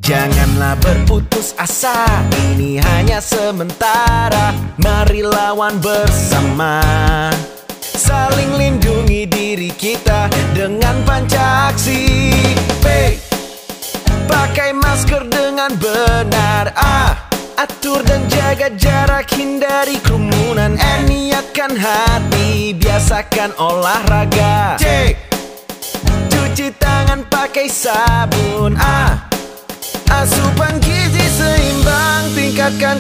Janganlah berputus asa, ini hanya sementara. Mari lawan bersama, saling lindungi diri kita dengan Pancaaksi. P, pakai masker dengan benar. A, atur dan jaga jarak, hindari kerumunan. N, niatkan hati, biasakan olahraga. C, cuci tangan pakai sabun. A, asupan gizi seimbang, tingkatkan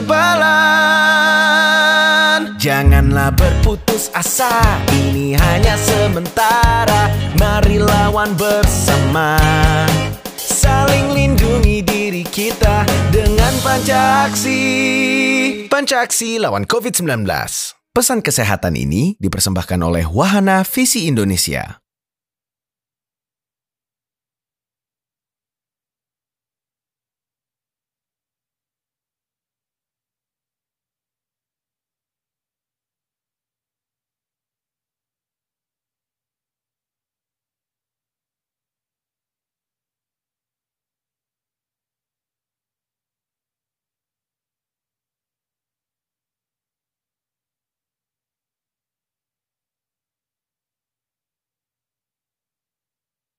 kekebalan. Janganlah berputus asa, ini hanya sementara. Mari lawan bersama, saling lindungi diri kita dengan Pancaaksi. Pancaaksi lawan COVID-19. Pesan kesehatan ini dipersembahkan oleh Wahana Visi Indonesia.